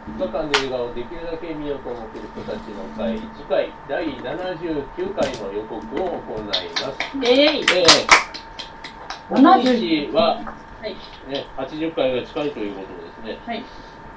2日間で映画をできるだけ見ようと思っている人たちの会、次回第79回の予告を行います。70は、はい80回が近いということですね。はい、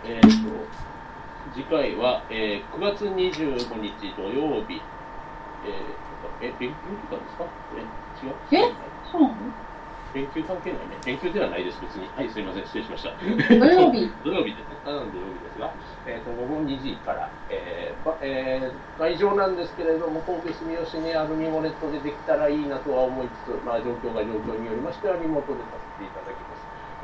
次回は、9月25日土曜日。勉強時間ですか？違う？ そうなの？ 勉強関係ないね。勉強ではないです、別に。はい、すみません、失礼しました。 土曜日土曜日ですね。土曜日ですが、午後2時から、会場なんですけれども、神戸住吉にあるミモレットでできたらいいなとは思いつつ、状況が状況によりましては、リモートでさせていただきます。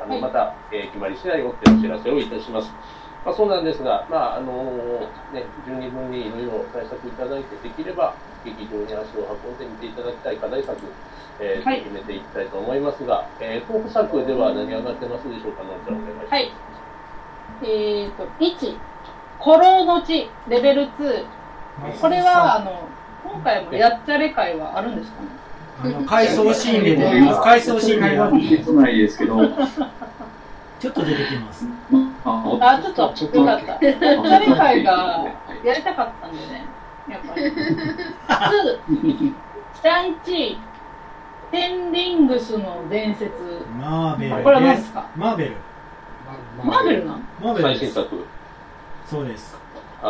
また、決まり次第お知らせをいたします。そうなんですが、十二分にいろいろ対策いただいて、できれば劇場に足を運んでみていただきたい課題作、決めていきたいと思いますが、候補作では何上がってますでしょうか、のんちゃんお願いします。 はい。1、古老の地、レベル2。これは、今回もやっちゃれ会はあるんですかね？ 回想シーンで出てます。回想シーンでは出てこないですけど。 ちょっと出てきます。 ちょっとよかった。やっちゃれ会がやりたかったんでね、やっぱり。2、シャンチー。テンリングスの伝説。 マーベル。 これは何ですか？ マーベル。 マーベルなの？ マーベル最新作。 そうです。 ア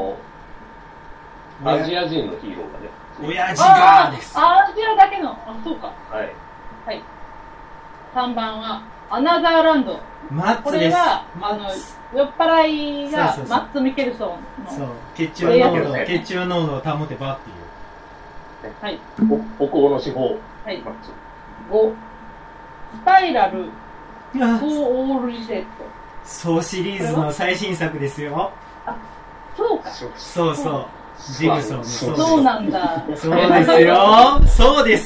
ジア人のヒーローがね。 親父がです。 アジアだけの。そうか。 はい。 はい。3番はアナザーランド。 マッツです。 これは酔っ払いがマッツ・ミケルソンの。 そう。血中濃度を保てばっていう。 はい。 北欧の司法。 はい。5、スパイラル、ソーオールリセット。 ソーシリーズの最新作ですよ。 そうか。 そう。ジグソーのそうなんだ。 そうですよ。そうです。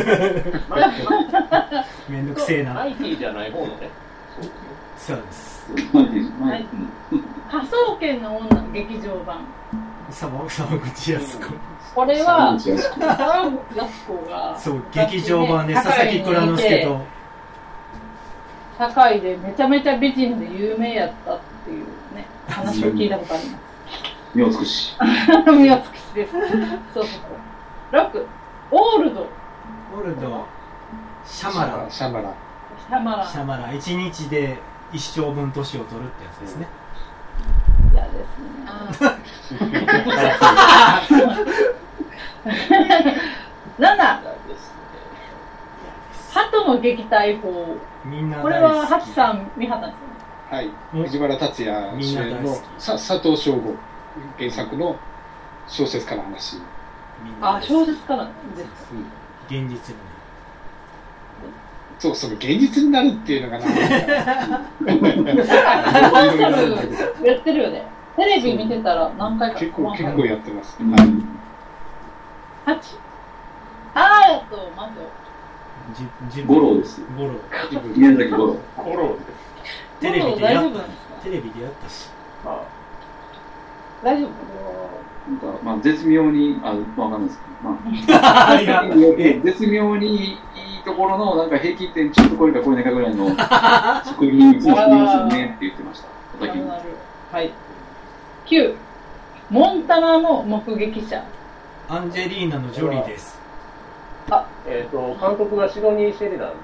めんどくせえな。 マイティじゃない方のね。 そうです。 はい。科捜研の女劇場版。 沢口靖子。 これは沢口靖子がそう劇場版で佐々木蔵之介と社会でめちゃめちゃ美人で有名やったっていうね話を聞いたことあります。 目を尽くし。 目を尽くしです。そう。6、オールド。 シャマラ。 シャマラ。 1日で一生分年を取るってやつですね。 嫌ですね。7、鳩の撃退法。これはハチさん見はったんですよね。 はい、藤原竜也主演の佐藤翔吾原作の小説家の話。 小説家なんですか。 現実に。 そう、その現実になるっていうのがなんかやってるよね。テレビ見てたら何回か結構やってます。 8、待ってよ。 五郎です。宮崎五郎。 テレビでやったし。 大丈夫？ なんか絶妙にわかんないですけど、絶妙にいいところのなんか平均点ちょっと超えるか超えないかぐらいの作品に作りますよねって言ってました。 はい。9、モンタナの目撃者。 アンジェリーナのジョリーです。 監督がシドニー・シェリダン。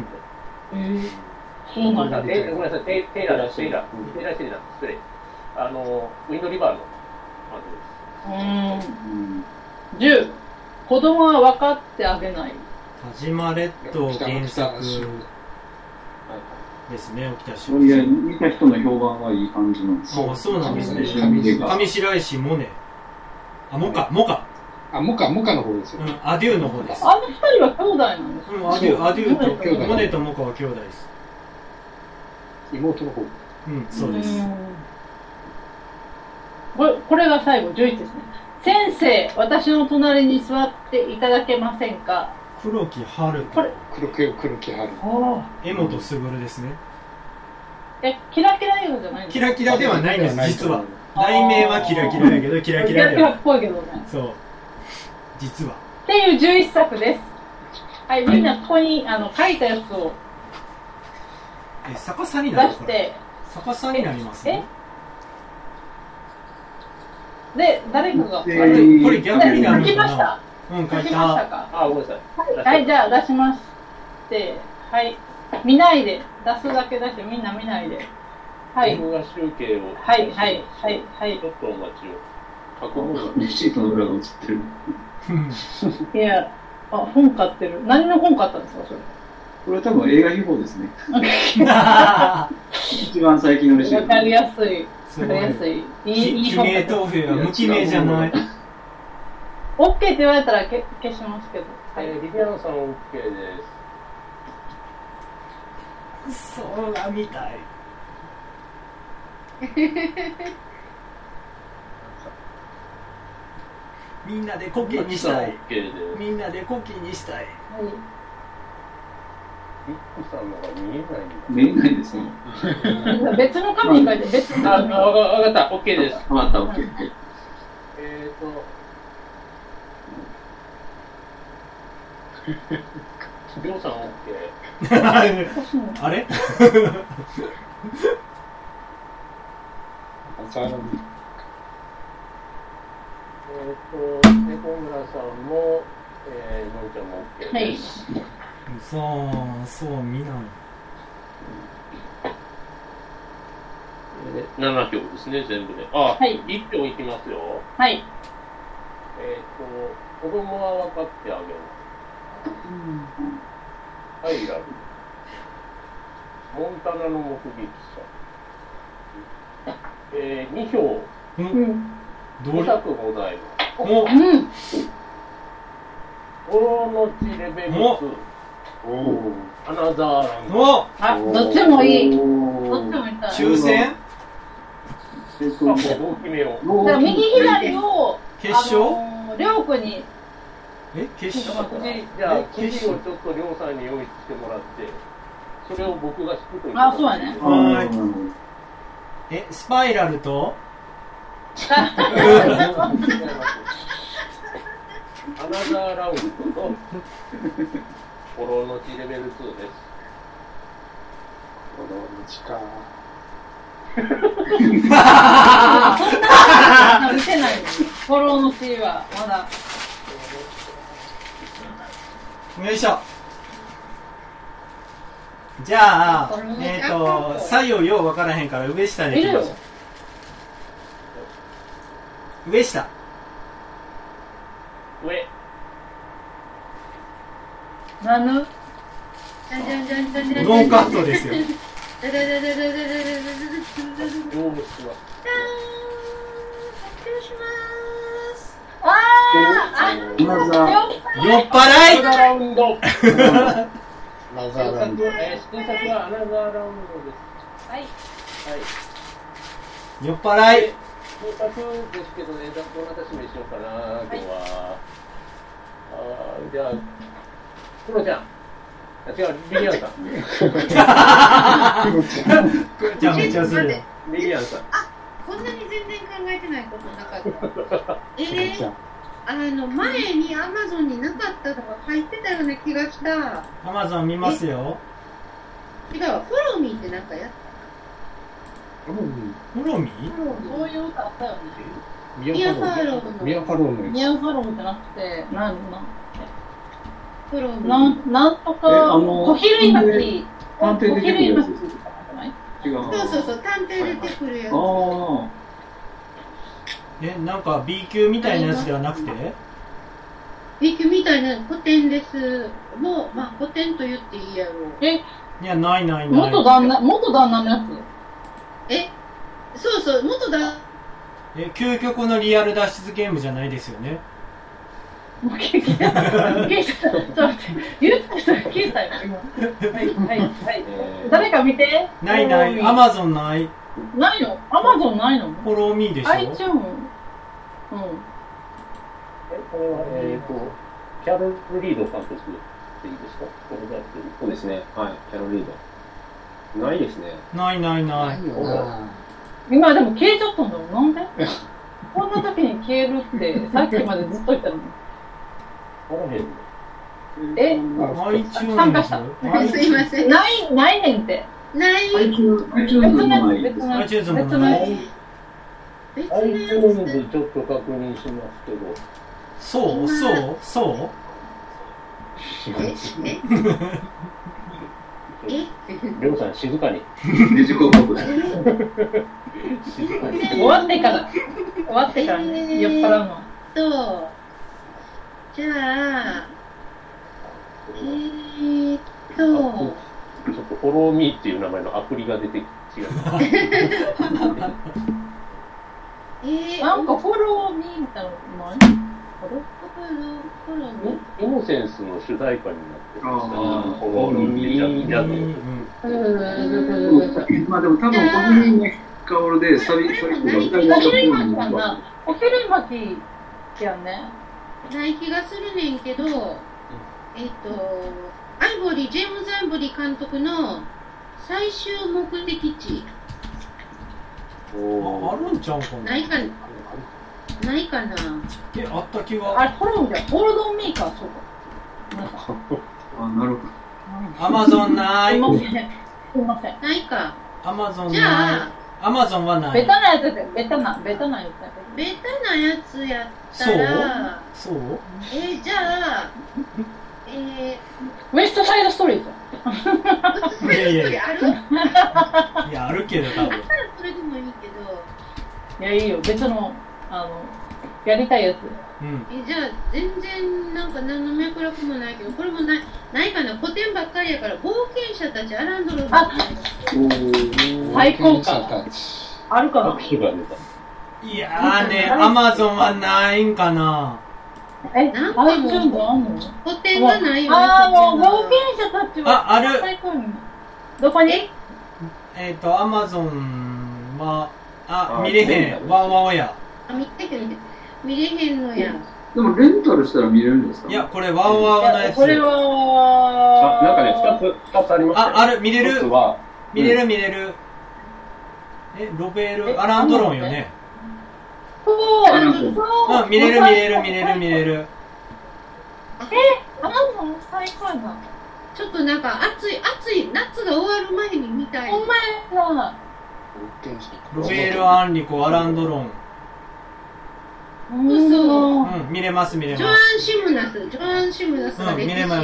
そうなんだ。 ごめんなさい、テイラー・シェリダン。失礼。ウィンドリバーの監督です。10、子供は分かってあげない。 田島列島原作ですね、沖田氏。 いや、見た人の評判はいい感じなんですよ。 そうなんですね。上白石萌音。モカの方ですよ。 アデューの方です。 あの二人は兄弟なんですか？ アデューとモネとモカは兄弟です。 妹の方。 そうです。 これが最後、11ですね。先生、私の隣に座っていただけませんか？ 黒木春。 黒木春。 江本卓ですね。 キラキラ映画じゃないの？ キラキラではないんです、実は。題名はキラキラだけど、キラキラでは。 キラキラっぽいけどね。 そう。実は。 っていう11作です。はい、みんなここに書いたやつを逆さになる出して。 逆さになりますね。 で、誰かが。 これ逆になるのかな。 書きました。 うん、書い書きましたた。 か。 あ、ごめんなさい。 はい、じゃあ出します。で、はい。見ないで。出すだけ出してみんな見ないで。はい。 僕が集計を。 はい、はい、はい、はい。 ちょっとお待ちを。 シートの裏が映ってる。 いや、あ、本買ってる。何の本買ったんですか、それ。 これは多分映画秘宝ですね。一番最近のレシピ。 わかりやすい。わかりやすい。いい記名投票は無記名じゃない。 OK って言われたら消しますけど。 はい、リリアンさん OK です。 そうが見たい。みんなでコキにしたい。みんなでコキにしたい。 リックさんのが見えないんだ。 見えないですね。 別の紙に書いて、別の紙。 わかった、OK です。 わかった、OK。 りょうさん OK。 あれ猫村さんも、のんちゃんも OK です。はい。 そう見ない。 7票ですね、全部で。あ、はい、1票いきますよ。 はい。 子供は分かってあげる。ハイラル。モンタナの目撃者。2票。2作ございます。オロノチレベル2。アナザーランド。 あ、どっちもいい。どっちもいたい。 抽選？ どう決めよう。 だから右左を決勝？ りょうくんに。 決勝？ じゃあくじをちょっとりょうさんに用意してもらって、それを僕が引くという。 あ、そうやね。 はい。スパイラルと？ アナザーラウンドとコロノチレベル2です。 コロノチか。 見てない。コロノチはまだ。 よいしょ。じゃあ、左右よう分からへんから上下でいきます。上下。 上。 何？ ノーカットですよ。酔っ払い。 ラウンド。新作はアナザーラウンドです。 はい。はい。 酔っ払い。 新作ですけどね、どなた指名しようかな、今日は。じゃあ、クロちゃん。違う、リリアンさん。 クロちゃんめっちゃする。 リリアンさん。 あ、こんなに全然考えてないことなかった。前にアマゾンになかったとか入ってたような気がした。 アマゾン見ますよ。 違う、フォローミーってなんかやったフォローミー？ そういう歌あったよね。 ミアファローの。 ミアファローのやつ。 ミアファローじゃなくて、なんフォローミー。 なんとか、小比類巻。 探偵出てくるやつです。違う。 そう、探偵出てくるやつ。 なんか B 級みたいなやつではなくて？ B 級みたいな古典です。もう、まあ古典と言っていいやろう。 いや、ない。 元旦那のやつ？そう、元旦究極のリアル脱出ゲームじゃないですよね。 もう聞いた。ちょっと待って、言った人が聞いたよ、今。はい。誰か見て。 ない。アマゾンない。 ないの？アマゾンないの？ フォローミーでしょ。 iTunes。 これはキャロル・リード監督でいいですか？ そうですね。はい、キャロル・リード。ないですね。 ない。 今でも消えちゃったんだろう。なんで？こんな時に消えるってさっきまでずっと言ったのに。 参加した。 すいません。 ないねんって。 ない。 iTunes もない。 iTunes もない。 別アイのやチューンズちょっと確認しますけど。 そうりょうさん静かに。 デジコープ。 静かに。 終わってからね、酔っ払うの。 じゃあ、 ちょっとフォローミーっていう名前のアプリが出て違う。 なんかフォローミーみたいなのない？ イノセンスの主題歌になってましたね。フォローミージャズ。 まあでも多分小栗薫でサビが歌い出したお昼巻きやんね。 ない気がするねんけど、アイボリー、ジェームズ・アイボリー監督の最終目的地。 あるんちゃうかな。 ないかな。 あった気が。 あれ、ホールドンミーか、そうか。 あ、なるほど。 アマゾンない。 すいません。 ないか。 アマゾンじゃない。 あ、 アマゾンはない。 ベタなやつで、ベタなやつやベタなやつやったら、 そうじゃあ、 ウエストサイドストリート。 いやある？ いや、あるけど、多分。 それでもいいけど。 いや、いいよ。別の、やりたいやつ。 じゃあ、全然、なんか何の脈絡もないけど、これもないかな。古典ばっかりやから、冒険者たち、アランドロン。 最高か。あるかな。 いやーね、アマゾンはないんかな。 なんかもう、古典がないよね。 もう、冒険者たちは。 ある。 どこに？ アマゾンは、見れへん。ワンワンや。 見れへんのや。 でも、レンタルしたら見れるんですか？ いや、これワンワンのやつ。 これは、 なんかね、2つありますよ。 ある、見れる。見れる。ロベール、アランドロンよね。 そう、 見れる。 アマゾン最高やな。 ちょっとなんか暑い夏が終わる前に見たい。 お前さ、 ロベール・アンリコ、アランドロン。見れます。 ジョアン・シムナスが見れる。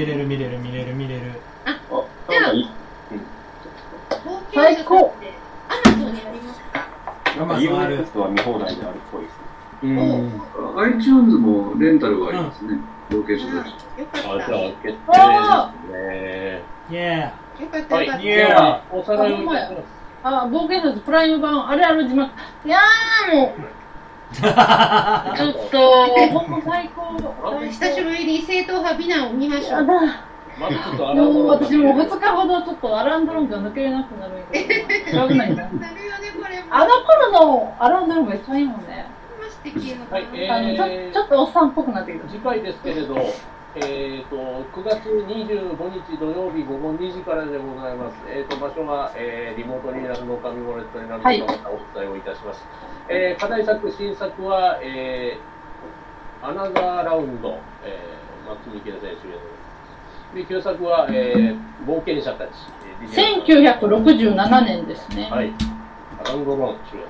あ、じゃあ、 最高。 アマゾンにありますか？ なんか UNEXT は見放題であるっぽいですね。 iTunes もレンタルがありますね。ロケーションで。 よかった。 じゃあ、決定ですね。 よかった。 おさらいをいたします。 冒険者プライム版、あれ字幕。いやーもう。ちょっと、ほんま最高。 久しぶりに正統派美男を見ましょう。 もう私も2日ほどちょっとアランドロンが抜けれなくなるけど、しょうがないな。あの頃のアランドロンが一番いいもんね。ちょっとおっさんっぽくなってきた。 次回ですけれど、9月25日土曜日午後2時からでございます。場所が、リモートになるのか、ミモレットになるのか、またお伝えをいたします。課題作、新作は、アナザーラウンド、松見健選手への。で、旧作は、冒険者たち。 1967年ですね。 はい。アランドロン主演。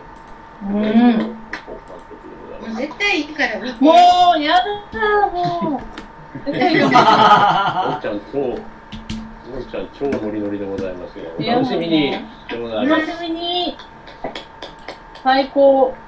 絶対いいから見て。 もう、やだー、もう。 おんちゃん超ノリノリでございますよ。楽しみにしてもらいます。 楽しみに。最高。